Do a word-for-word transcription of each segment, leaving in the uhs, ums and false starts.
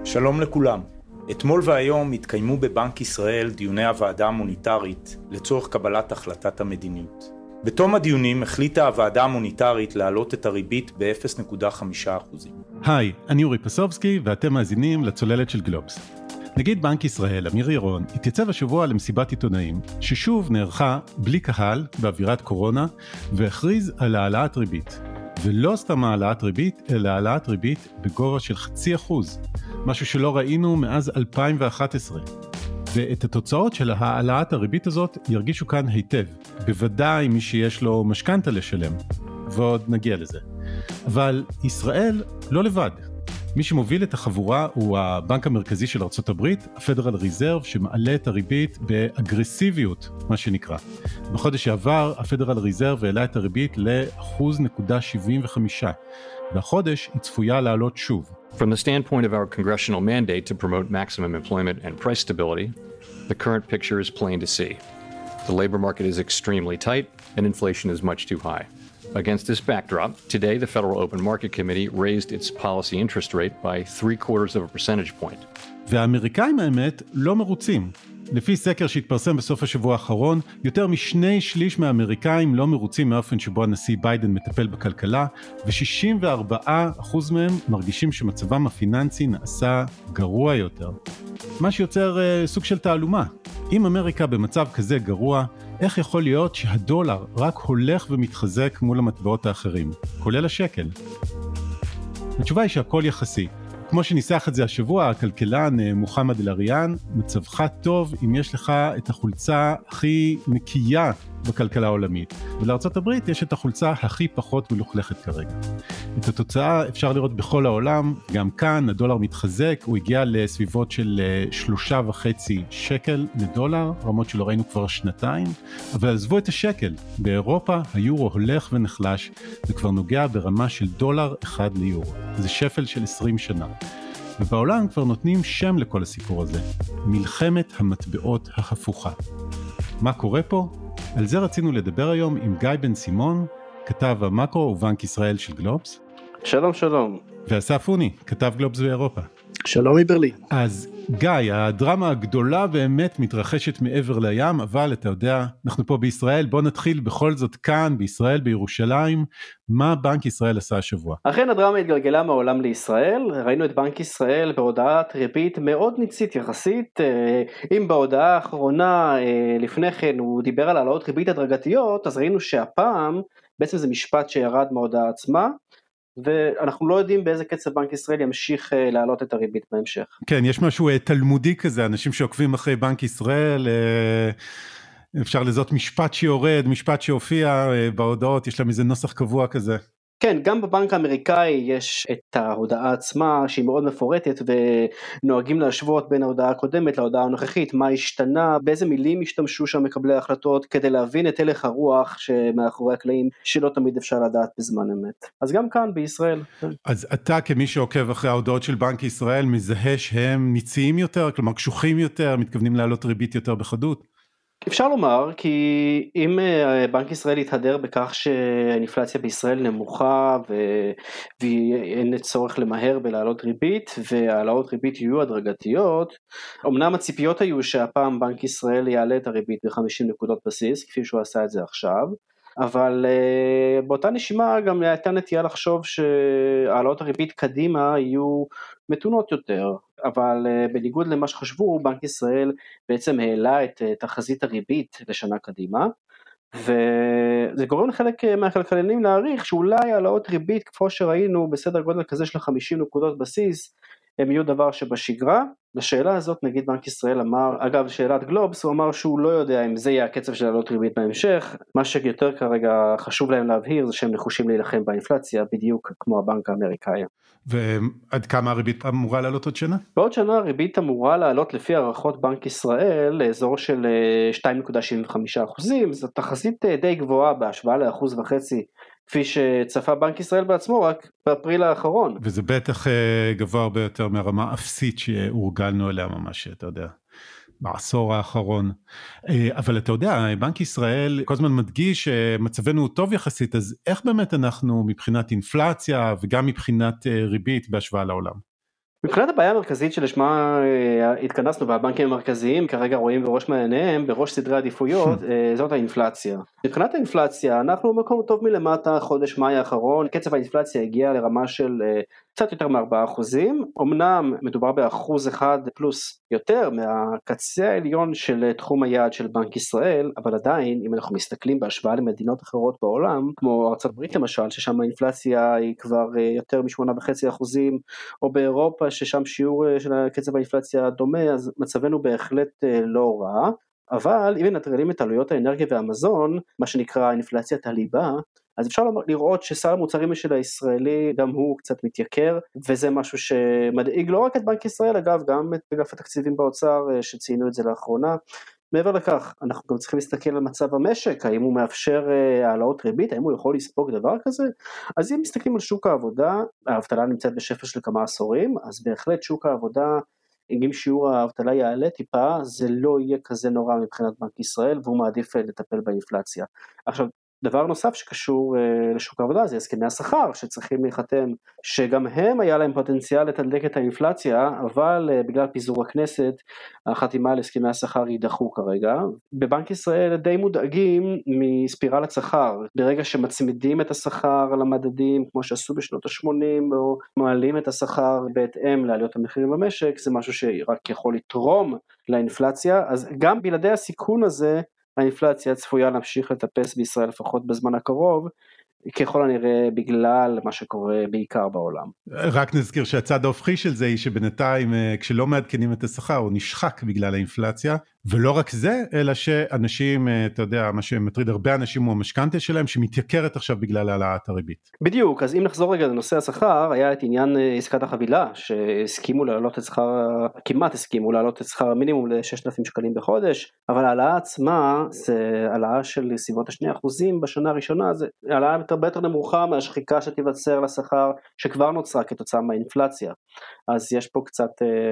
שלום לכולם. אתמול והיום התקיימו בבנק ישראל דיוני הוועדה המוניטרית לצורך קבלת החלטת המדיניות. בתום הדיונים החליטה הוועדה המוניטרית להעלות את הריבית ב-אפס נקודה חמש אחוז. היי, אני אורי פסובסקי ואתם מאזינים לצוללת של גלובס. נגיד בנק ישראל, אמיר ירון, התייצב השבוע למסיבת עיתונאים, ששוב נערכה בלי קהל באווירת קורונה, והכריז על העלאת ריבית. ולא סתם העלאת ריבית, אלא העלאת ריבית בגובה של חצי אחוז, משהו שלא ראינו מאז אלפיים ואחת עשרה. ואת התוצאות של העלאת הריבית הזאת ירגישו כאן היטב, בוודאי מי שיש לו משכנתה לשלם, ועוד נגיע לזה. אבל ישראל לא לבד. מי שמוביל את החבורה הוא הבנק המרכזי של ארצות הברית, הפדרל ריזרב, שמעלה את הריבית באגרסיביות, מה שנקרא. בחודש שעבר, הפדרל ריזרב העלה את הריבית ל-אחוז נקודה שבעים וחמש, והחודש היא צפויה לעלות שוב. From the standpoint of our congressional mandate to promote maximum employment and price stability, the current picture is plain to see. The labor market is extremely tight and inflation is much too high. Against this backdrop, today the Federal Open Market Committee raised its policy interest rate by three quarters of a percentage point. והאמריקאים האמת לא מרוצים. לפי סקר שהתפרסם בסוף השבוע האחרון, יותר משני שליש מהאמריקאים לא מרוצים מאופן שבו הנשיא ביידן מטפל בכלכלה, ו-שישים וארבעה אחוז מהם מרגישים שמצבם הפיננסי נעשה גרוע יותר. מה שיוצר uh, סוג של תעלומה. אם אמריקה במצב כזה גרוע, איך יכול להיות שהדולר רק הולך ומתחזק מול המטבעות האחרים, כולל השקל? התשובה היא שהכל יחסי. כמו שניסח את זה השבוע, הכלכלן מוחמד אל-אריאן, מצבך טוב אם יש לך את החולצה הכי נקייה בכלכלה העולמית. ולארצות הברית יש את החולצה הכי פחות מלוכלכת כרגע. את התוצאה אפשר לראות בכל העולם, גם כאן הדולר מתחזק, הוא הגיע לסביבות של שלושה וחצי שקל לדולר, רמות שלא ראינו כבר שנתיים, אבל עזבו את השקל, באירופה היורו הולך ונחלש, וכבר נוגע ברמה של דולר אחד ליורו. זה שפל של עשרים שנה. ובעולם כבר נותנים שם לכל הסיפור הזה, מלחמת המטבעות ההפוכה. מה קורה פה? על זה רצינו לדבר היום עם גיא בן סימון, כתב המקרו ובנק ישראל של גלובס. שלום שלום. ואסף אוני, כתב גלובס באירופה. שלום מברלין. אז גיא, הדרמה הגדולה באמת מתרחשת מעבר לים, אבל אתה יודע, אנחנו פה בישראל, בוא נתחיל בכל זאת כאן, בישראל, בירושלים, מה בנק ישראל עשה השבוע? אכן הדרמה התגלגלה מהעולם לישראל, ראינו את בנק ישראל בהודעת ריבית מאוד ניצית יחסית, אם בהודעה האחרונה לפני כן הוא דיבר על העלאות ריבית הדרגתיות, אז ראינו שהפעם, בעצם זה משפט שירד מההודעה עצמה, ואנחנו לא יודעים באיזה קצב בנק ישראל ימשיך להעלות את הריבית בהמשך. כן, יש משהו תלמודי כזה, אנשים שעוקבים אחרי בנק ישראל, אפשר לזאת משפט שיורד, משפט שהופיע בהודעות, יש להם איזה נוסח קבוע כזה. כן, גם בבנק האמריקאי יש את ההודעה עצמה שהיא מאוד מפורטת, ונוהגים להשוות בין ההודעה הקודמת להודעה הנוכחית, מה השתנה, באיזה מילים השתמשו שם מקבלי ההחלטות, כדי להבין את הלך הרוח שמאחורי הקלעים, שלא תמיד אפשר לדעת בזמן אמת. אז גם כאן בישראל. אז אתה כמי שעוקב אחרי ההודעות של בנק ישראל, מזהה שהם ניציים יותר, כלומר קשוחים יותר, מתכוונים להעלות ריבית יותר בחדות? אפשר לומר, כי אם בנק ישראל יתהדר בכך שהאינפלציה בישראל נמוכה ואין צורך למהר בלהעלות ריבית, והעלאות ריבית יהיו הדרגתיות, אמנם הציפיות היו שהפעם בנק ישראל יעלה את הריבית ב-חמישים נקודות בסיס, כפי שהוא עשה את זה עכשיו, אבל באותה נשימה גם הייתה נטייה לחשוב שהעלאות הריבית קדימה יהיו מתונות יותר, אבל בניגוד למה שחשבו, בנק ישראל בעצם העלה את תחזית הריבית לשנה קדימה, וזה גורם לחלק מהכלכלנים להעריך שאולי העלאות ריבית כמו שראינו בסדר גודל כזה של חמישים נקודות בסיס, הם יהיו דבר שבשגרה. לשאלה הזאת נגיד בנק ישראל אמר, אגב שאלת גלובס, הוא אמר שהוא לא יודע אם זה יהיה הקצב של העלאות ריבית בהמשך, מה שיותר כרגע חשוב להם להבהיר זה שהם נחושים להילחם באינפלציה, בדיוק כמו הבנק האמריקאי. ועד כמה הריבית אמורה לעלות עוד שנה? בעוד שנה הריבית אמורה לעלות לפי הערכות בנק ישראל לאזור של שתיים נקודה שבעים וחמישה אחוזים, זו תחזית די גבוהה בהשוואה לאחוז וחצי, כפי שצפה בנק ישראל בעצמו רק באפריל האחרון. וזה בטח גבוה הרבה יותר מהרמה אפסית שהורגלנו אליה ממש, אתה יודע, בעשור האחרון. אבל אתה יודע, בנק ישראל כל הזמן מדגיש שמצבנו הוא טוב יחסית, אז איך באמת אנחנו מבחינת אינפלציה וגם מבחינת ריבית בהשוואה לעולם? מבחינת הבעיה המרכזית שלשמה התכנסנו והבנקים המרכזיים כרגע רואים בראש מעייניהם, בראש סדרי עדיפויות, זאת האינפלציה. מבחינת האינפלציה, אנחנו במקום טוב מלמטה, חודש מאי האחרון, קצב האינפלציה הגיע לרמה של קצת יותר מ-ארבעה אחוזים, אמנם מדובר באחוז אחד פלוס יותר מהקצה העליון של תחום היעד של בנק ישראל, אבל עדיין אם אנחנו מסתכלים בהשוואה למדינות אחרות בעולם, כמו ארצות הברית למשל, ששם האינפלציה היא כבר יותר משמונה וחצי אחוזים, או באירופה ששם שיעור של קצב האינפלציה דומה, אז מצבנו בהחלט לא רע, אבל אם נטרלים את עלויות האנרגיה והמזון, מה שנקרא אינפלציית הליבה, אז אפשר לראות שסל המוצרים של הישראלי גם הוא קצת מתייקר, וזה משהו שמדאיג לא רק את בנק ישראל, אגב, גם את אגף התקציבים באוצר שציינו את זה לאחרונה. מעבר לכך, אנחנו גם צריכים להסתכל על מצב המשק, האם הוא מאפשר העלאות ריבית, האם הוא יכול לספוג דבר כזה, אז אם מסתכלים על שוק העבודה, האבטלה נמצאת בשפל של כמה עשורים, אז בהחלט שוק העבודה, אם שיעור האבטלה יעלה טיפה, זה לא יהיה כזה נורא מבחינת בנק ישראל, והוא מעדיף לטפל באינפלציה. עכשיו, דבר נוסף שקשור uh, לשוק העבודה, זה הסכמי השכר שצריכים להיחתם, שגם הם היה להם פוטנציאל לתדלק את האינפלציה, אבל uh, בגלל פיזור הכנסת, החתימה על הסכמי השכר יידחו כרגע. בבנק ישראל די מודאגים מספירלת שכר, ברגע שמצמידים את השכר למדדים, כמו שעשו בשנות ה-שמונים, או מעלים את השכר בהתאם לעליות המחירים במשק, זה משהו שרק יכול לתרום לאינפלציה, אז גם בלעדי הסיכון הזה, האינפלציה צפויה להמשיך לטפס בישראל לפחות בזמן הקרוב, ככל הנראה בגלל מה שקורה בעיקר בעולם. רק נזכיר שהצד ההופכי של זה היא שבינתיים כשלא מעדכנים את השכר הוא נשחק בגלל האינפלציה, ולא רק זה, אלא שאנשים, אתה יודע, מה שמטריד הרבה אנשים הוא המשכנתה שלהם, שמתייקרת עכשיו בגלל העלאת הריבית. בדיוק, אז אם נחזור רגע לנושא השכר, היה את עניין עסקת החבילה, שהסכימו להעלות את שכר, כמעט הסכימו להעלות את שכר המינימום ל-ששת אלפים שקלים בחודש, אבל העלאה עצמה, זה העלאה של סביבות השני אחוזים בשנה הראשונה, זה העלאה הרבה יותר נמוכה מהשחיקה שתיווצר לשכר, שכבר נוצרה כתוצאה מהאינפלציה. אז יש פה קצת,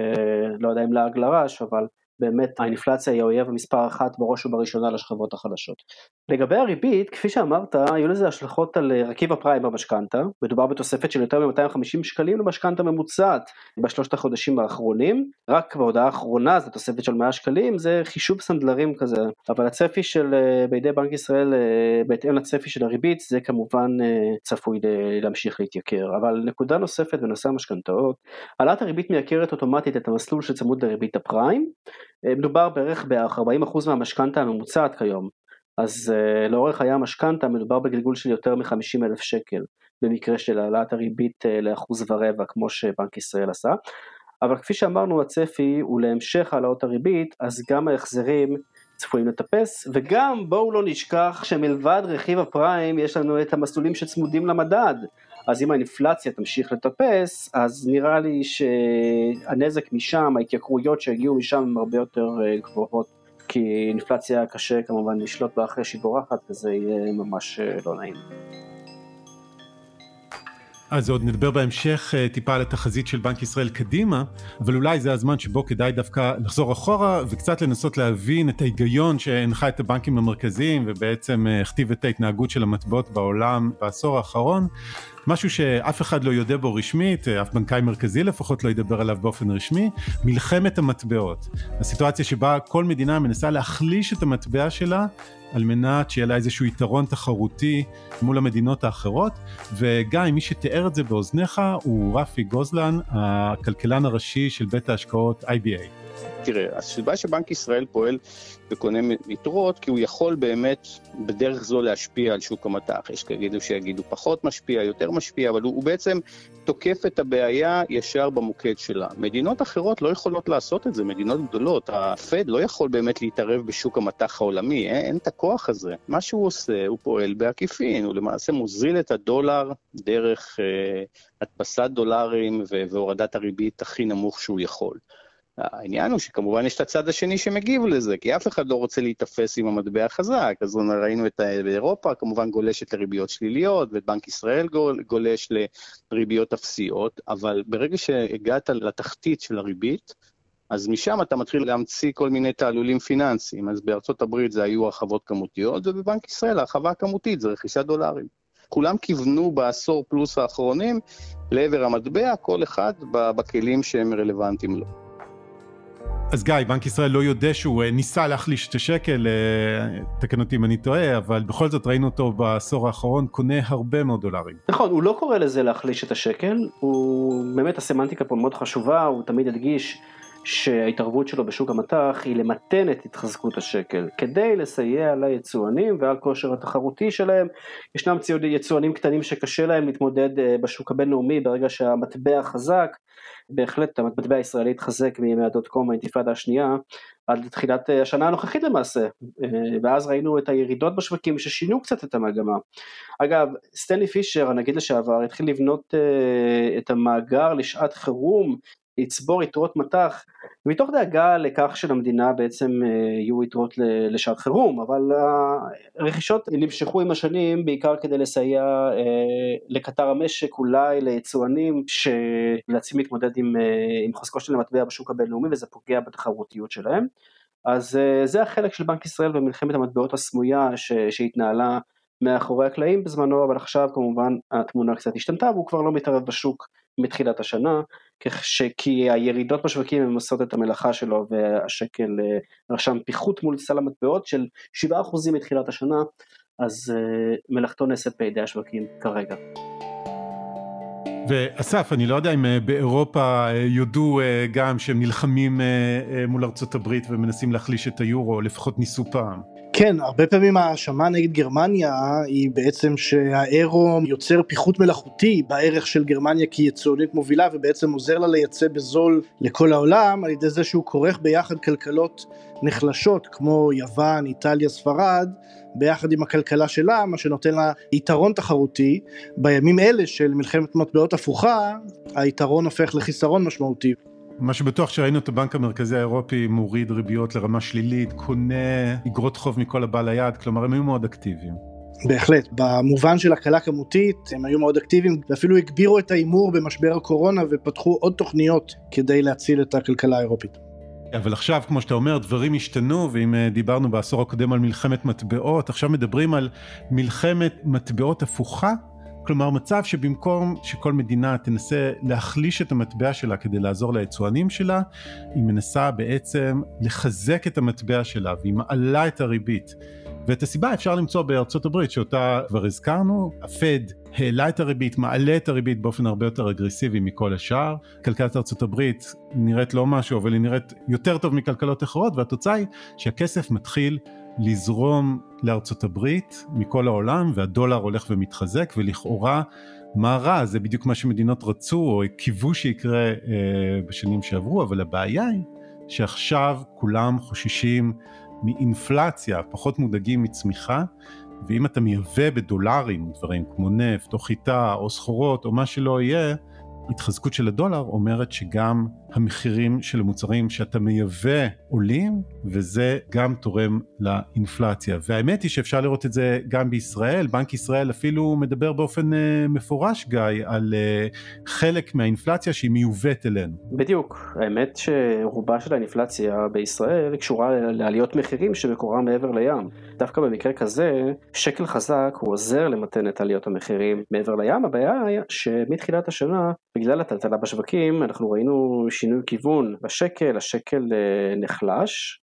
לא יודע אם לעג לרש, אבל באמת האינפלציה היא האויב המספר אחת בראש ובראשונה לשכבות החלשות. לגבי הריבית, כפי שאמרת, היו לזה השלכות על רכיב הפריים במשכנתה, מדובר בתוספת של יותר מ-מאתיים וחמישים שקלים למשכנתה ממוצעת בשלושת החודשים האחרונים, רק בהודעה האחרונה זו תוספת של מאה שקלים, זה חישוב סנדלרים כזה, אבל הצפי של בידי בנק ישראל, בהתאם לצפי של הריבית, זה כמובן צפוי להמשיך להתייקר, אבל נקודה נוספת בנושא המשכנתאות, העלאת הריבית מייקרת אוטומטית את המסלול שצמוד לריבית הפריים, מדובר בערך ב-ארבעים אחוז מהמשכנתה הממוצעת כיום, אז uh, לאורך היה המשכנתה מדובר בגלגול של יותר מ-חמישים אלף שקל, במקרה של העלאת הריבית uh, לאחוז ורבע, כמו שבנק ישראל עשה, אבל כפי שאמרנו הצפי הוא להמשך העלאות הריבית, אז גם ההחזרים צפויים לטפס, וגם בואו לא נשכח שמלבד רכיב הפריים יש לנו את המסלולים שצמודים למדד, אז אם האינפלציה תמשיך לטפס, אז נראה לי שהנזק משם, ההתייקרויות שהגיעו משם הם הרבה יותר גבוהות, כי אינפלציה קשה כמובן לשלוט בה אחרי שהיא בורחת, וזה יהיה ממש לא נעים. אז עוד נדבר בהמשך טיפה על התחזית של בנק ישראל קדימה, אבל אולי זה הזמן שבו כדאי דווקא לחזור אחורה וקצת לנסות להבין את ההיגיון שהנחה את הבנקים המרכזיים ובעצם הכתיב את ההתנהגות של המטבעות בעולם בעשור האחרון, משהו שאף אחד לא יודע בו רשמית, אף בנקאי מרכזי לפחות לא ידבר עליו באופן רשמי, מלחמת המטבעות. הסיטואציה שבה כל מדינה מנסה להחליש את המטבע שלה, על מנת שיהיה לה איזשהו יתרון תחרותי מול המדינות האחרות, וגם מי שתיאר את זה באוזניך הוא רפי גוזלן, הכלכלן הראשי של בית ההשקעות איי בי איי. תראה, הסיבה שבנק ישראל פועל וקונה יתרות, כי הוא יכול באמת בדרך זו להשפיע על שוק המטח. יש כאלה שיגידו פחות משפיע, יותר משפיע, אבל הוא, הוא בעצם תוקף את הבעיה ישר במוקד שלה. מדינות אחרות לא יכולות לעשות את זה, מדינות גדולות. הפד לא יכול באמת להתערב בשוק המטח העולמי, אין, אין את הכוח הזה. מה שהוא עושה, הוא פועל בעקיפין, הוא למעשה מוזיל את הדולר דרך אה, הדפסת דולרים והורדת הריבית הכי נמוך שהוא יכול. העניין הוא שכמובן יש את הצד השני שמגיב לזה, כי אף אחד לא רוצה להתאפס עם המטבע החזק, אז ראינו את אירופה, כמובן גולשת לריביות שליליות, ואת בנק ישראל גולש לריביות אפסיות, אבל ברגע שהגעת לתחתית של הריבית, אז משם אתה מתחיל להמציא כל מיני תעלולים פיננסיים, אז בארצות הברית זה היו הרחבות כמותיות, ובבנק ישראל הרחבה הכמותית זה רכישת דולרים. כולם כיוונו בעשור פלוס האחרונים לעבר המטבע, כל אחד בכלים שהם רלוונטיים לו. אז גיא, בנק ישראל לא יודע שהוא ניסה להחליש את השקל, תקן אותי אם אני טועה, אבל בכל זאת ראינו אותו בעשור האחרון קונה הרבה מאוד דולרים. נכון, הוא לא קורא לזה להחליש את השקל, הוא באמת הסמנטיקה פה מאוד חשובה, הוא תמיד הדגיש שההתערבות שלו בשוק המטח היא למתן את התחזקות השקל, כדי לסייע ליצואנים ועל כושר התחרותי שלהם. ישנם יצואנים קטנים שקשה להם להתמודד בשוק הבינלאומי ברגע שהמטבע חזק, בהחלט המטבע הישראלי התחזק מימי הדוט קום, האינתיפאדה השנייה, עד לתחילת השנה הנוכחית למעשה, ואז ראינו את הירידות בשווקים ששינו קצת את המגמה. אגב, סטנלי פישר, הנגיד לשעבר, התחיל לבנות את המאגר לשעת חירום, לצבור יתרות מטח, מתוך דאגה לכך שלמדינה בעצם יהיו יתרות לשעת חירום, אבל הרכישות נמשכו עם השנים, בעיקר כדי לסייע לקטר המשק, אולי ליצואנים, שנאלצים להתמודד עם, עם חוזקו של המטבע בשוק הבינלאומי, וזה פוגע בתחרותיות שלהם. אז זה החלק של בנק ישראל במלחמת המטבעות הסמויה, שהתנהלה מאחורי הקלעים בזמנו, אבל עכשיו כמובן התמונה קצת השתנתה, והוא כבר לא מתערב בשוק מתחילת השנה, כי הירידות בשווקים הם עושות את המלאכה שלו, והשקל רשם פיחות מול סל המטבעות של שבעה אחוזים מתחילת השנה, אז מלאכתו נעשית בידי השווקים כרגע. ואסף, אני לא יודע אם באירופה יודו גם שהם נלחמים מול ארצות הברית ומנסים להחליש את היורו, לפחות ניסו פעם. כן, הרבה פעמים ההאשמה נגד גרמניה היא בעצם שהאירו יוצר פיחות מלאכותי בערך של גרמניה כיצואנית מובילה, ובעצם עוזר לה לייצא בזול לכל העולם, על ידי זה שהוא כורך ביחד כלכלות נחלשות כמו יוון, איטליה, ספרד, ביחד עם הכלכלה שלה, מה שנותן לה יתרון תחרותי. בימים אלה של מלחמת מטבעות הפוכה, היתרון הופך לחיסרון משמעותי. מה שבטוח שראינו את הבנק המרכזי האירופי מוריד ריביות לרמה שלילית, קונה אגרות חוב מכל הבא ליד, כלומר הם היו מאוד אקטיביים. בהחלט, במובן של הקלה כמותית הם היו מאוד אקטיביים, ואפילו הגבירו את האימור במשבר הקורונה ופתחו עוד תוכניות כדי להציל את הכלכלה האירופית. אבל עכשיו, כמו שאתה אומר, דברים השתנו, ואם דיברנו בעשור הקודם על מלחמת מטבעות, עכשיו מדברים על מלחמת מטבעות הפוכה, כלומר מצב שבמקום שכל מדינה תנסה להחליש את המטבע שלה כדי לעזור ליצואנים שלה, היא מנסה בעצם לחזק את המטבע שלה, והיא מעלה את הריבית. ואת הסיבה אפשר למצוא בארצות הברית, שאותה כבר הזכרנו, הפד העלה את הריבית, מעלה את הריבית באופן הרבה יותר אגרסיבי מכל השאר. כלכלת ארצות הברית נראית לא משהו, אבל היא נראית יותר טוב מכלכלות אחרות, והתוצאה היא שהכסף מתחיל לזרום לארצות הברית מכל העולם, והדולר הולך ומתחזק, ולכאורה מה רע? זה בדיוק מה שמדינות רצו, או קיוו שיקרה אה, בשנים שעברו, אבל הבעיה היא שעכשיו כולם חוששים מאינפלציה, פחות מודאגים מצמיחה, ואם אתה מייבא בדולרים דברים כמו נפט או חיטה או סחורות או מה שלא יהיה, התחזקות של הדולר אומרת שגם המחירים של המוצרים שאתה מייבא עולים, וזה גם תורם לאינפלציה. והאמת היא שאפשר לראות את זה גם בישראל. בנק ישראל אפילו מדבר באופן מפורש, גיא, על חלק מהאינפלציה שהיא מיובאת אלינו. בדיוק. האמת שרובה של האינפלציה בישראל קשורה לעליות מחירים שמקורה מעבר לים. דווקא במקרה כזה, שקל חזק הוא עוזר למתן את עליות המחירים מעבר לים. הבעיה היא שמתחילת השנה, בגלל הטלטלה בשווקים, אנחנו ראינו שינוי כיוון בשקל, השקל נחלש,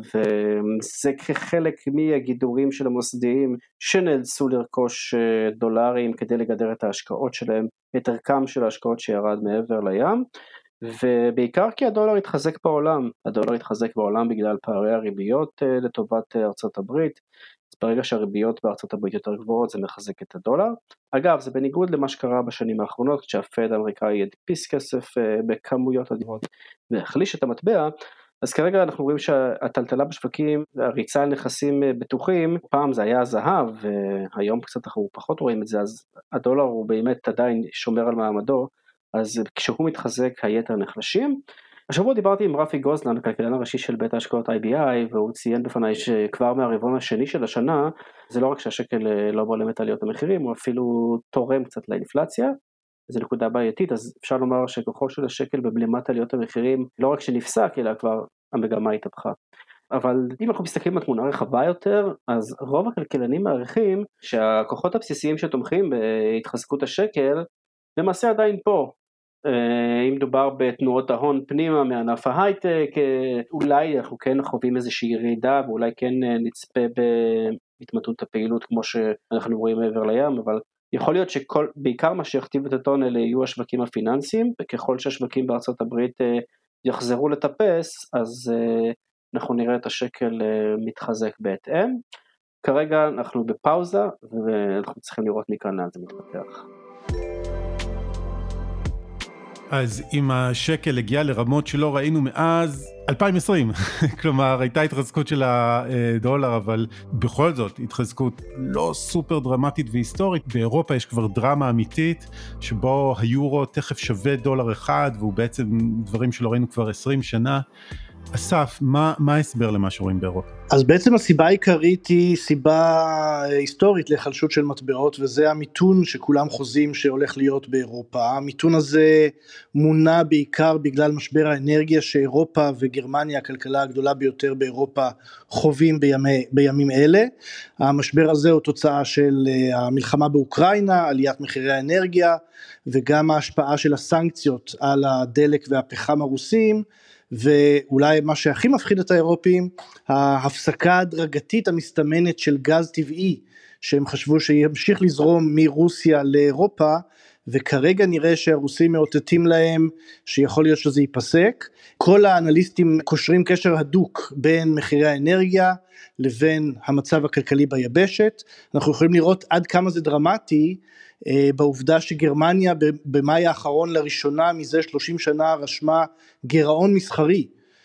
וזה כחלק מהגידורים של המוסדיים שנאלצו לרכוש דולרים כדי לגדר את ההשקעות שלהם, את ערכם של ההשקעות שירד מעבר לים, ובעיקר כי הדולר התחזק בעולם, הדולר התחזק בעולם בגלל פערי הריביות לטובת ארצות הברית. ברגע שהריביות בארצות הברית יותר גבוהות, זה מחזק את הדולר. אגב, זה בניגוד למה שקרה בשנים האחרונות, כשהפד האמריקאי הדפיס כסף בכמויות אדירות והחליש את המטבע. אז כרגע אנחנו רואים שהטלטלה בשווקים, הריצה על נכסים בטוחים, פעם זה היה זהב, והיום קצת אנחנו פחות רואים את זה, אז הדולר הוא באמת עדיין שומר על מעמדו, אז כשהוא מתחזק היתר נחלשים. השבוע דיברתי עם רפי גוזלן, הכלכלן הראשי של בית ההשקעות איי בי איי, והוא ציין בפניי שכבר מהרבעון השני של השנה, זה לא רק שהשקל לא בולם את עליות המחירים, הוא אפילו תורם קצת לאינפלציה, זו נקודה בעייתית, אז אפשר לומר שכוחו של השקל בבלימת עליות המחירים, לא רק שנפסק, אלא כבר המגמה התהפכה. אבל אם אנחנו מסתכלים על תמונה רחבה יותר, אז רוב הכלכלנים מעריכים שהכוחות הבסיסיים שתומכים בהתחזקות השקל, למעשה עדיין פה. אם מדובר בתנועות ההון פנימה מענף ההייטק, אולי אנחנו כן חווים איזושהי ירידה, ואולי כן נצפה בהתמתנות הפעילות כמו שאנחנו רואים מעבר לים, אבל יכול להיות שבעיקר מה שיכתיב את הטון אלה יהיו השווקים הפיננסיים, וככל שהשווקים בארצות הברית יחזרו לטפס, אז אנחנו נראה את השקל מתחזק בהתאם. כרגע אנחנו בפאוזה, ואנחנו צריכים לראות מכאן לאן זה מתפתח. אז אם השקל הגיע לרמות שלא ראינו מאז אלפיים ועשרים, כלומר הייתה התחזקות של הדולר, אבל בכל זאת התחזקות לא סופר דרמטית והיסטורית. באירופה יש כבר דרמה אמיתית, שבו היורו תכף שווה דולר אחד, והוא בעצם דברים שלא ראינו כבר עשרים שנה. אסף, מה, מה ההסבר למה שרואים באירופה? אז בעצם הסיבה העיקרית היא סיבה היסטורית להיחלשות של מטבעות, וזה המיתון שכולם חוזים שהולך להיות באירופה. המיתון הזה מונע בעיקר בגלל משבר האנרגיה שאירופה וגרמניה, הכלכלה הגדולה ביותר באירופה, חווים בימי, בימים אלה. המשבר הזה הוא תוצאה של המלחמה באוקראינה, עליית מחירי האנרגיה, וגם ההשפעה של הסנקציות על הדלק והפחם הרוסים, ואולי מה שהכי מפחיד את האירופים, ההפסקה הדרגתית המסתמנת של גז טבעי, שהם חשבו שימשיך לזרום מרוסיה לאירופה, וכרגע נראה שהרוסים מאותתים להם שיכול להיות שזה ייפסק. כל האנליסטים קושרים קשר הדוק בין מחירי האנרגיה לבין המצב הכלכלי ביבשת. אנחנו יכולים לראות עד כמה זה דרמטי, בעובדה שגרמניה במאי האחרון לראשונה מזה שלושים שנה רשמה גירעון מסחרי,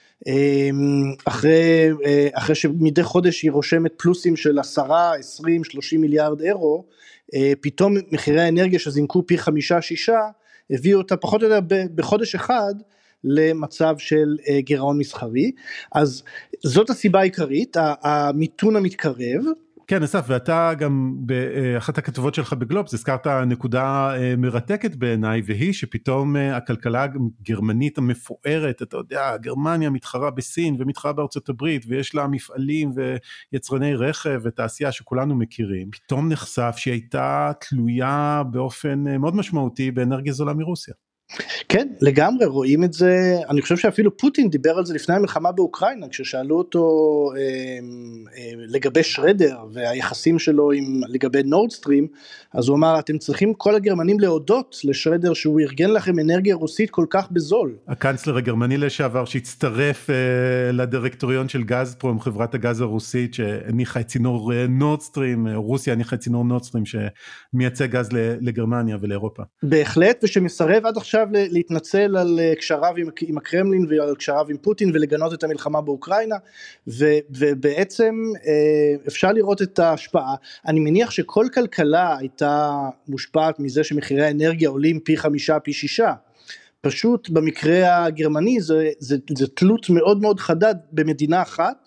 אחרי, אחרי שמדי חודש היא רושמת פלוסים של עשרה, עשרים, שלושים מיליארד אירו, פתאום מחירי האנרגיה שזינקו פי חמישה, שישה, הביאו אותה פחות או יותר בחודש אחד למצב של גירעון מסחרי. אז זאת הסיבה העיקרית, המיתון המתקרב. כן, אסף, ואתה גם באחת הכתובות שלך בגלובס, הזכרת נקודה מרתקת בעיניי, והיא שפתאום הכלכלה הגרמנית המפוארת, אתה יודע, גרמניה מתחרה בסין ומתחרה בארצות הברית, ויש לה מפעלים ויצרני רכב ותעשייה שכולנו מכירים, פתאום נחשף שהיא הייתה תלויה באופן מאוד משמעותי באנרגיה זולה מרוסיה. כן, לגמרי רואים את זה. אני חושב שאפילו פוטין דיבר על זה לפני המלחמה באוקראינה, כששאלו אותו אה, אה, לגבי שרדר והיחסים שלו עם, לגבי נורדסטרים, אז הוא אמר, אתם צריכים כל הגרמנים להודות לשרדר שהוא ארגן לכם אנרגיה רוסית כל כך בזול. הקנצלר הגרמני לשעבר שהצטרף אה, לדירקטוריון של גזפרום, חברת הגז הרוסית שהניחה את צינור נורדסטרים, רוסיה הניחה את צינור נורדסטרים שמייצא גז לגרמניה ולאירופה. בהחלט, ושמסרב עד עכשיו להתנצל על קשריו עם, עם הקרמלין ועל קשריו עם פוטין ולגנות את המלחמה באוקראינה, ו, ובעצם אפשר לראות את ההשפעה. אני מניח שכל כלכלה הייתה מושפעת מזה שמחירי האנרגיה עולים פי חמישה, פי שישה. פשוט במקרה הגרמני זה, זה, זה תלות מאוד מאוד חדה במדינה אחת,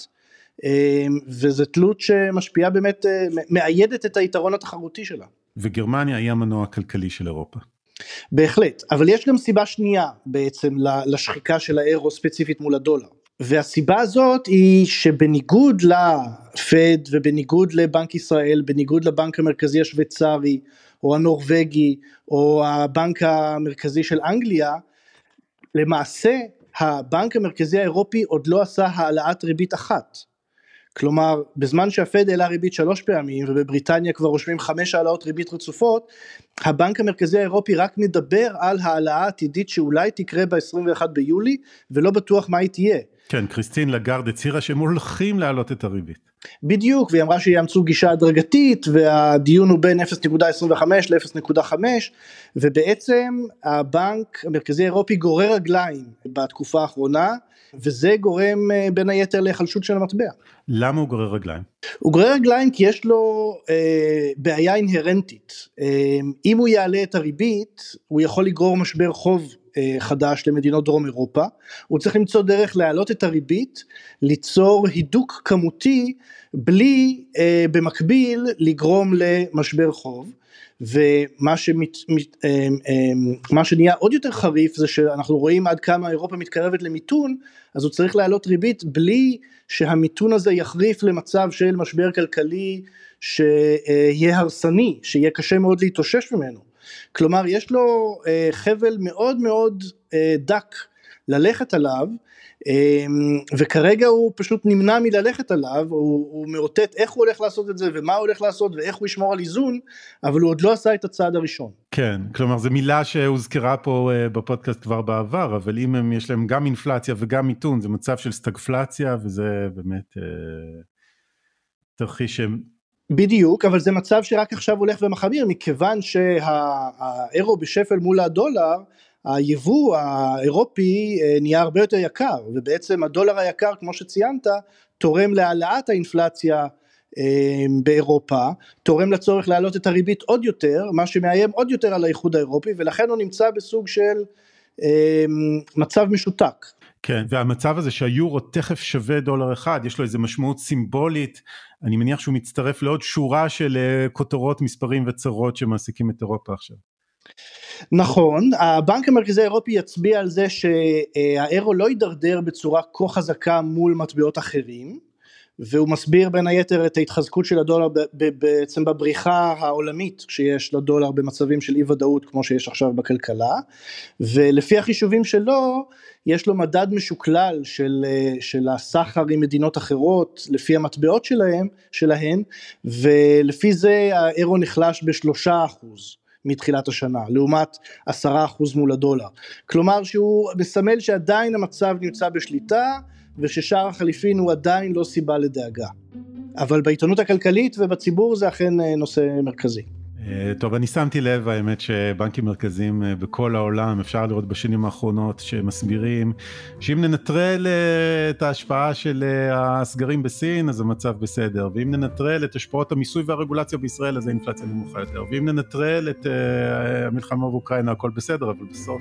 וזה תלות שמשפיעה באמת, מאיידת את היתרון התחרותי שלה. וגרמניה היא המנוע הכלכלי של אירופה. בהחלט, אבל יש גם סיבה שנייה בעצם לשחיקה של האירו ספציפית מול הדולר, והסיבה הזאת היא שבניגוד לפד ובניגוד לבנק ישראל, בניגוד לבנק המרכזי השוויצרי או הנורווגי או הבנק המרכזי של אנגליה, למעשה הבנק המרכזי האירופי עוד לא עשה העלאת ריבית אחת. כלומר, בזמן שהפד העלה ריבית שלוש פעמים, ובבריטניה כבר רושמים חמש העלאות ריבית רצופות, הבנק המרכזי האירופי רק מדבר על העלאה עתידית שאולי תקרה ב-עשרים ואחד ביולי, ולא בטוח מה היא תהיה. כן, קריסטין לגארד הצהירה שהם הולכים להעלות את הריבית. בדיוק, והיא אמרה שיאמצו גישה הדרגתית, והדיון הוא בין אפס נקודה עשרים וחמש ל-אפס נקודה חמש, ובעצם הבנק המרכזי האירופי גורר רגליים בתקופה האחרונה, וזה גורם בין היתר להיחלשות של המטבע. למה הוא גורר רגליים? הוא גורר רגליים כי יש לו אה, בעיה אינהרנטית. אה, אם הוא יעלה את הריבית, הוא יכול לגרור משבר חוב חדש למדינות דרום אירופה, הוא צריך למצוא דרך להעלות את הריבית, ליצור הידוק כמותי, בלי במקביל לגרום למשבר חוב, ומה שמת, מת, מה שנהיה עוד יותר חריף, זה שאנחנו רואים עד כמה אירופה מתקרבת למיתון, אז הוא צריך להעלות ריבית, בלי שהמיתון הזה יחריף למצב של משבר כלכלי, שיהיה הרסני, שיהיה קשה מאוד להתאושש ממנו. כלומר, יש לו חבל מאוד מאוד דק ללכת עליו, וכרגע הוא פשוט נמנע מללכת עליו, הוא, הוא מאותת איך הוא הולך לעשות את זה, ומה הוא הולך לעשות, ואיך הוא ישמור על איזון, אבל הוא עוד לא עשה את הצעד הראשון. כן, כלומר, זו מילה שהוזכרה פה בפודקאסט כבר בעבר, אבל אם הם, יש להם גם אינפלציה וגם מיתון, זה מצב של סטגפלציה, וזה באמת תרחיש שהם... בדיוק, אבל זה מצב שרק עכשיו הולך ומחמיר, מכיוון שהאירו בשפל מול הדולר, היבוא האירופי נהיה הרבה יותר יקר, ובעצם הדולר היקר, כמו שציינת, תורם להעלאת האינפלציה באירופה, תורם לצורך להעלות את הריבית עוד יותר, מה שמאיים עוד יותר על האיחוד האירופי, ולכן הוא נמצא בסוג של מצב משותק. כן, והמצב הזה שהיורו תכף שווה דולר אחד, יש לו איזו משמעות סימבולית, אני מניח שהוא מצטרף לעוד שורה של כותרות, מספרים וצרות שמעסיקים את אירופה עכשיו. נכון, הבנק המרכזי האירופי יצביע על זה שהאירו לא יידרדר בצורה כה חזקה מול מטבעות אחרים, והוא מסביר בין היתר את ההתחזקות של הדולר בעצם בבריחה העולמית שיש לדולר במצבים של אי ודאות כמו שיש עכשיו בכלכלה, ולפי החישובים שלו יש לו מדד משוקלל של, של הסחר עם מדינות אחרות לפי המטבעות שלהם, שלהן, ולפי זה האירו נחלש בשלושה אחוז מתחילת השנה, לעומת עשרה אחוז מול הדולר, כלומר שהוא מסמל שעדיין המצב נמצא בשליטה, וששער החליפין הוא עדיין לא סיבה לדאגה. אבל בעיתונות הכלכלית ובציבור זה אכן נושא מרכזי. טוב, אני שמתי לב, האמת שבנקים מרכזיים בכל העולם, אפשר לראות בשנים האחרונות שמסבירים, שאם ננטרל את ההשפעה של הסגרים בסין, אז המצב בסדר, ואם ננטרל את השפעות המיסוי והרגולציה בישראל, אז האינפלציה נמוכה יותר, ואם ננטרל את המלחמה באוקראינה, הכל בסדר, אבל בסוף...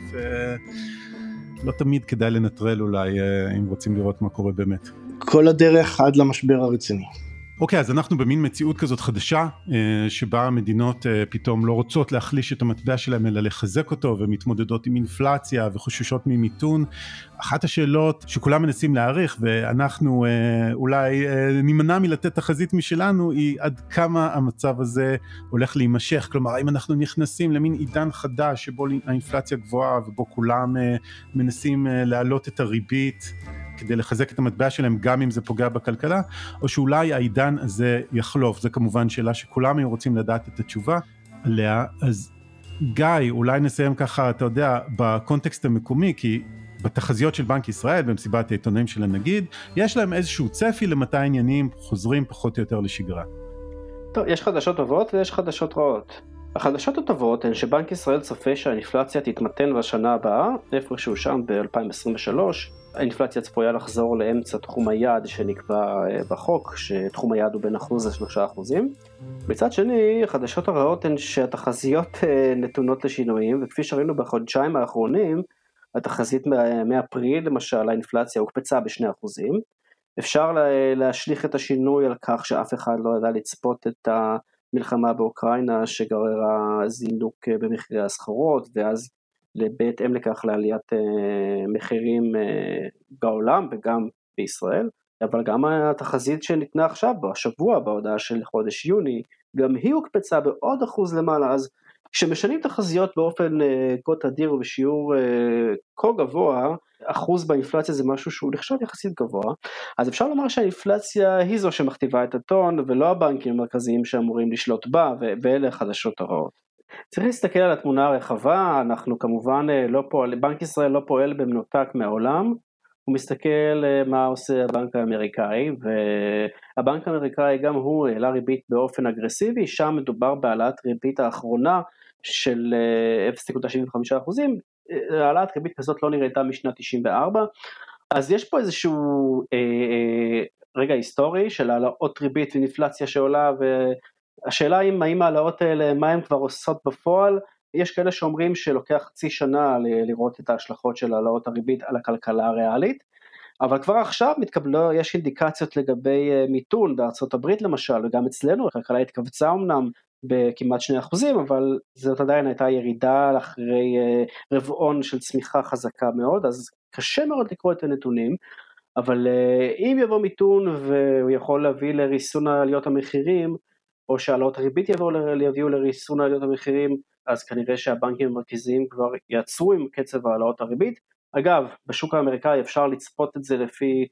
לא תמיד כדאי לנטרל אולי, אם רוצים לראות מה קורה באמת. כל הדרך עד למשבר הרציני. אוקיי, אז אנחנו במין מציאות כזאת חדשה, שבה המדינות פתאום לא רוצות להחליש את המטבע שלהם, אלא לחזק אותו, ומתמודדות עם אינפלציה וחוששות ממיתון. אחת השאלות שכולם מנסים להעריך, ואנחנו אולי נימנע מלתת תחזית משלנו, היא עד כמה המצב הזה הולך להימשך. כלומר, האם אנחנו נכנסים למין עידן חדש, שבו האינפלציה גבוהה, ובו כולם מנסים להעלות את הריבית, כדי לחזק את המטבע שלהם, גם אם זה פוגע בכלכלה, או שאולי העידן הזה יחלוף. זה כמובן שאלה שכולם היו רוצים לדעת את התשובה עליה. אז גיא, אולי נסיים ככה, אתה יודע, בקונטקסט המקומי, כי בתחזיות של בנק ישראל, במסיבת העיתונאים של הנגיד, יש להם איזשהו צפי למתי העניינים חוזרים פחות או יותר לשגרה. טוב, יש חדשות טובות ויש חדשות רעות. החדשות הטובות הן שבנק ישראל צופה שהאינפלציה תתמתן בשנה הבאה, איפשהו שם ב-אלפיים עשרים ושלוש, האינפלציה צפויה לחזור לאמצע תחום היעד שנקבע בחוק, שתחום היעד הוא בין אחוז לשלושה אחוזים. מצד שני, החדשות הרעות הן שהתחזיות נתונות לשינויים, וכפי שראינו בחודשיים האחרונים, התחזית מאפריל, למשל, האינפלציה הוקפצה בשני אחוזים. אפשר להשליך את השינוי על כך שאף אחד לא ידע לצפות את המלחמה באוקראינה, שגררה זינוק במחירי הסחורות, ואז בהתאם לכך לעליית מחירים בעולם וגם בישראל, אבל גם התחזית שניתנה עכשיו, בשבוע, בהודעה של חודש יוני, גם היא הוקפצה בעוד אחוז למעלה. אז כשמשנים תחזיות באופן כה תדיר ובשיעור כה גבוה, אחוז באינפלציה זה משהו שהוא נחשב יחסית גבוה, אז אפשר לומר שהאינפלציה היא זו שמכתיבה את הטון, ולא הבנקים המרכזיים שאמורים לשלוט בה, ואלה החדשות הרעות. צריך להסתכל על התמונה הרחבה, אנחנו כמובן לא פועל, בנק ישראל לא פועל במנותק מהעולם, הוא מסתכל מה עושה הבנק האמריקאי, והבנק האמריקאי גם הוא העלה ריבית באופן אגרסיבי, שם מדובר בהעלאת ריבית האחרונה של אפס נקודה שבעים וחמישה אחוזים, העלאת ריבית כזאת לא נראיתה משנת תשעים וארבע, אז יש פה איזשהו אה, אה, רגע היסטורי של העלאות ריבית ואינפלציה שעולה, והשאלה היא האם העלאות האלה, מה הן כבר עושות בפועל, יש כאלה שאומרים שלוקח חצי שנה לראות את ההשלכות של העלאות הריבית על הכלכלה הריאלית, אבל כבר עכשיו מתקבלו, יש אינדיקציות לגבי מיתון בארצות הברית למשל, וגם אצלנו, הכלכלה התכווצה אמנם בכמעט שני אחוזים, אבל זאת עדיין הייתה ירידה אחרי רבעון של צמיחה חזקה מאוד, אז קשה מאוד לקרוא את הנתונים, אבל אם יבוא מיתון והוא יכול להביא לריסון העליות המחירים, או שהעלאות הריבית יביאו לריסון העליות המחירים, אז כנראה שהבנקים המרכזיים כבר יעצרו עם קצב העלאות הריבית. אגב, בשוק האמריקאי אפשר לצפות את זה לפי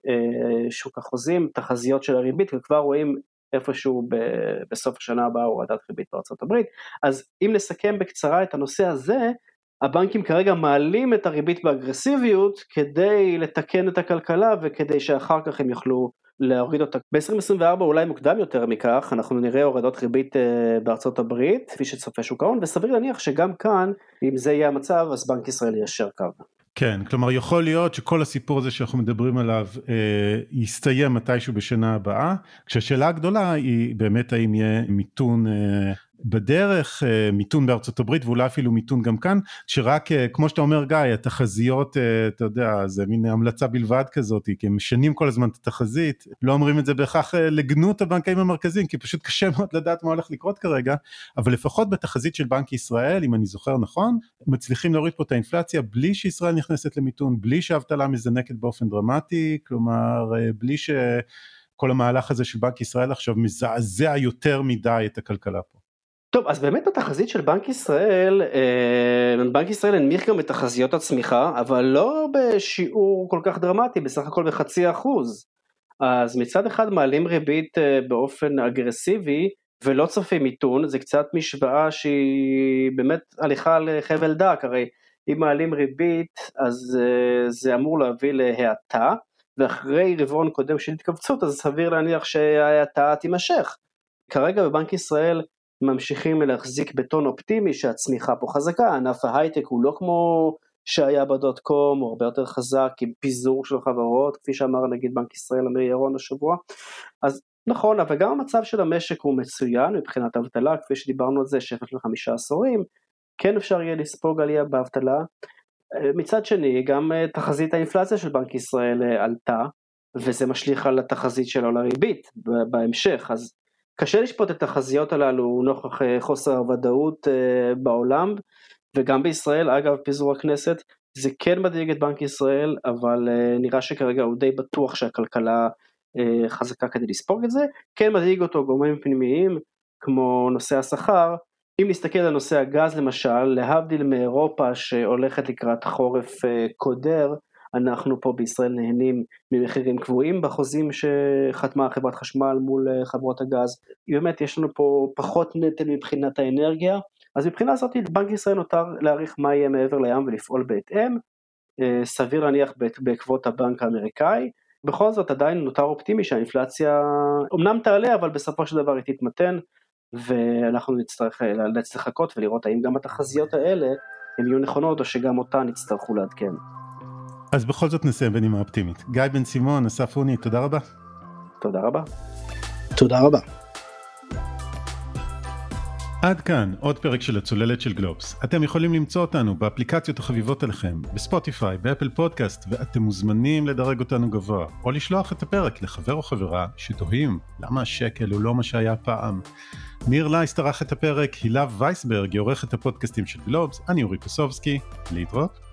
אה, שוק החוזים, תחזיות של הריבית, וכבר רואים איפשהו ב- בסוף השנה הבאה הורדת ריבית בארצות הברית. אז אם נסכם בקצרה את הנושא הזה, הבנקים כרגע מעלים את הריבית באגרסיביות, כדי לתקן את הכלכלה, וכדי שאחר כך הם יוכלו להוריד אותה. ב-עשרים עשרים וארבע אולי מוקדם יותר מכך, אנחנו נראה הורדות ריבית בארצות הברית, כפי שצופה שוק ההון, וסביר להניח שגם כאן, אם זה יהיה המצב, אז בנק ישראל יישר קו. כן, כלומר יכול להיות שכל הסיפור הזה שאנחנו מדברים עליו אה, יסתיים מתישהו בשנה הבאה, כשהשאלה הגדולה היא באמת האם יהיה מיתון אה, בדרך, מיתון בארצות הברית, ואולי אפילו מיתון גם כאן, שרק, כמו שאתה אומר גיא, התחזיות, אתה יודע, זה מין המלצה בלבד כזאת, כי הם משנים כל הזמן את התחזית, לא אומרים את זה בהכרח לגנות הבנקאים המרכזיים, כי פשוט קשה מאוד לדעת מה הולך לקרות כרגע, אבל לפחות בתחזית של בנק ישראל, אם אני זוכר נכון, מצליחים להוריד פה את האינפלציה, בלי שישראל נכנסת למיתון, בלי שהאבטלה מזנקת באופן דרמטי, כלומר, בלי שכל המהלך הזה של בנק ישראל עכשיו מזעזע יותר מדי את הכלכלה פה. טוב, אז באמת בתחזית של בנק ישראל, בנק ישראל הנמיך גם את תחזיות הצמיחה, אבל לא בשיעור כל כך דרמטי, בסך הכל בחצי אחוז. אז מצד אחד מעלים ריבית באופן אגרסיבי, ולא צופים מיתון, זה קצת משוואה שהיא באמת הליכה לחבל דק, הרי אם מעלים ריבית, אז זה אמור להביא להאטה, ואחרי רבעון קודם של התכווצות, אז סביר להניח שההאטה תימשך. כרגע בבנק ישראל, ממשיכים להחזיק בטון אופטימי שהצמיחה פה חזקה, ענף ההייטק הוא לא כמו שהיה בדוט קום, הוא הרבה יותר חזק עם פיזור של חברות, כפי שאמר נגיד בנק ישראל אמיר ירון השבוע, אז נכון, אבל גם המצב של המשק הוא מצוין מבחינת האבטלה, כפי שדיברנו על זה, שפל של חמישה עשורים, כן אפשר יהיה לספוג עלייה באבטלה, מצד שני גם תחזית האינפלציה של בנק ישראל עלתה, וזה משליך על התחזית שלו לריבית בהמשך, אז קשה לשפוט את התחזיות הללו נוכח חוסר הוודאות בעולם, וגם בישראל, אגב פיזור הכנסת, זה כן מדאיג את בנק ישראל, אבל נראה שכרגע הוא די בטוח שהכלכלה חזקה כדי לספוג את זה, כן מדאיג אותו גורמים פנימיים, כמו נושא השכר, אם נסתכל על נושא הגז למשל, להבדיל מאירופה שהולכת לקראת חורף קודר, אנחנו פה בישראל נהנים ממחירים קבועים בחוזים שחתמה חברת חשמל מול חברות הגז, באמת יש לנו פה פחות נטל מבחינת האנרגיה, אז מבחינה הזאת בנק ישראל נותר להעריך מה יהיה מעבר לים ולפעול בהתאם, סביר להניח בעקבות הבנק האמריקאי, בכל זאת עדיין נותר אופטימי שהאינפלציה אמנם תעלה, אבל בסופו של דבר היא תתמתן, ואנחנו נצטרך לחכות ולראות האם גם התחזיות האלה הן יהיו נכונות, או שגם אותן נצטרכו לעדכן. אז בכל זאת נסיים בנימה אופטימית. גיא בן סימון, אסף אוני, תודה רבה. תודה רבה. תודה רבה. עד כאן עוד פרק של הצוללת של גלובס. אתם יכולים למצוא אותנו באפליקציות החביבות עליכם, בספוטיפיי, באפל פודקאסט, ואתם מוזמנים לדרג אותנו גבוה, או לשלוח את הפרק לחבר או חברה שתוהים למה השקל הוא לא מה שהיה פעם. ניר לייס ערך את הפרק, הילה וייסברג עורך את הפודקאסטים של גלובס, אני אורי קוסובסקי, להתראות.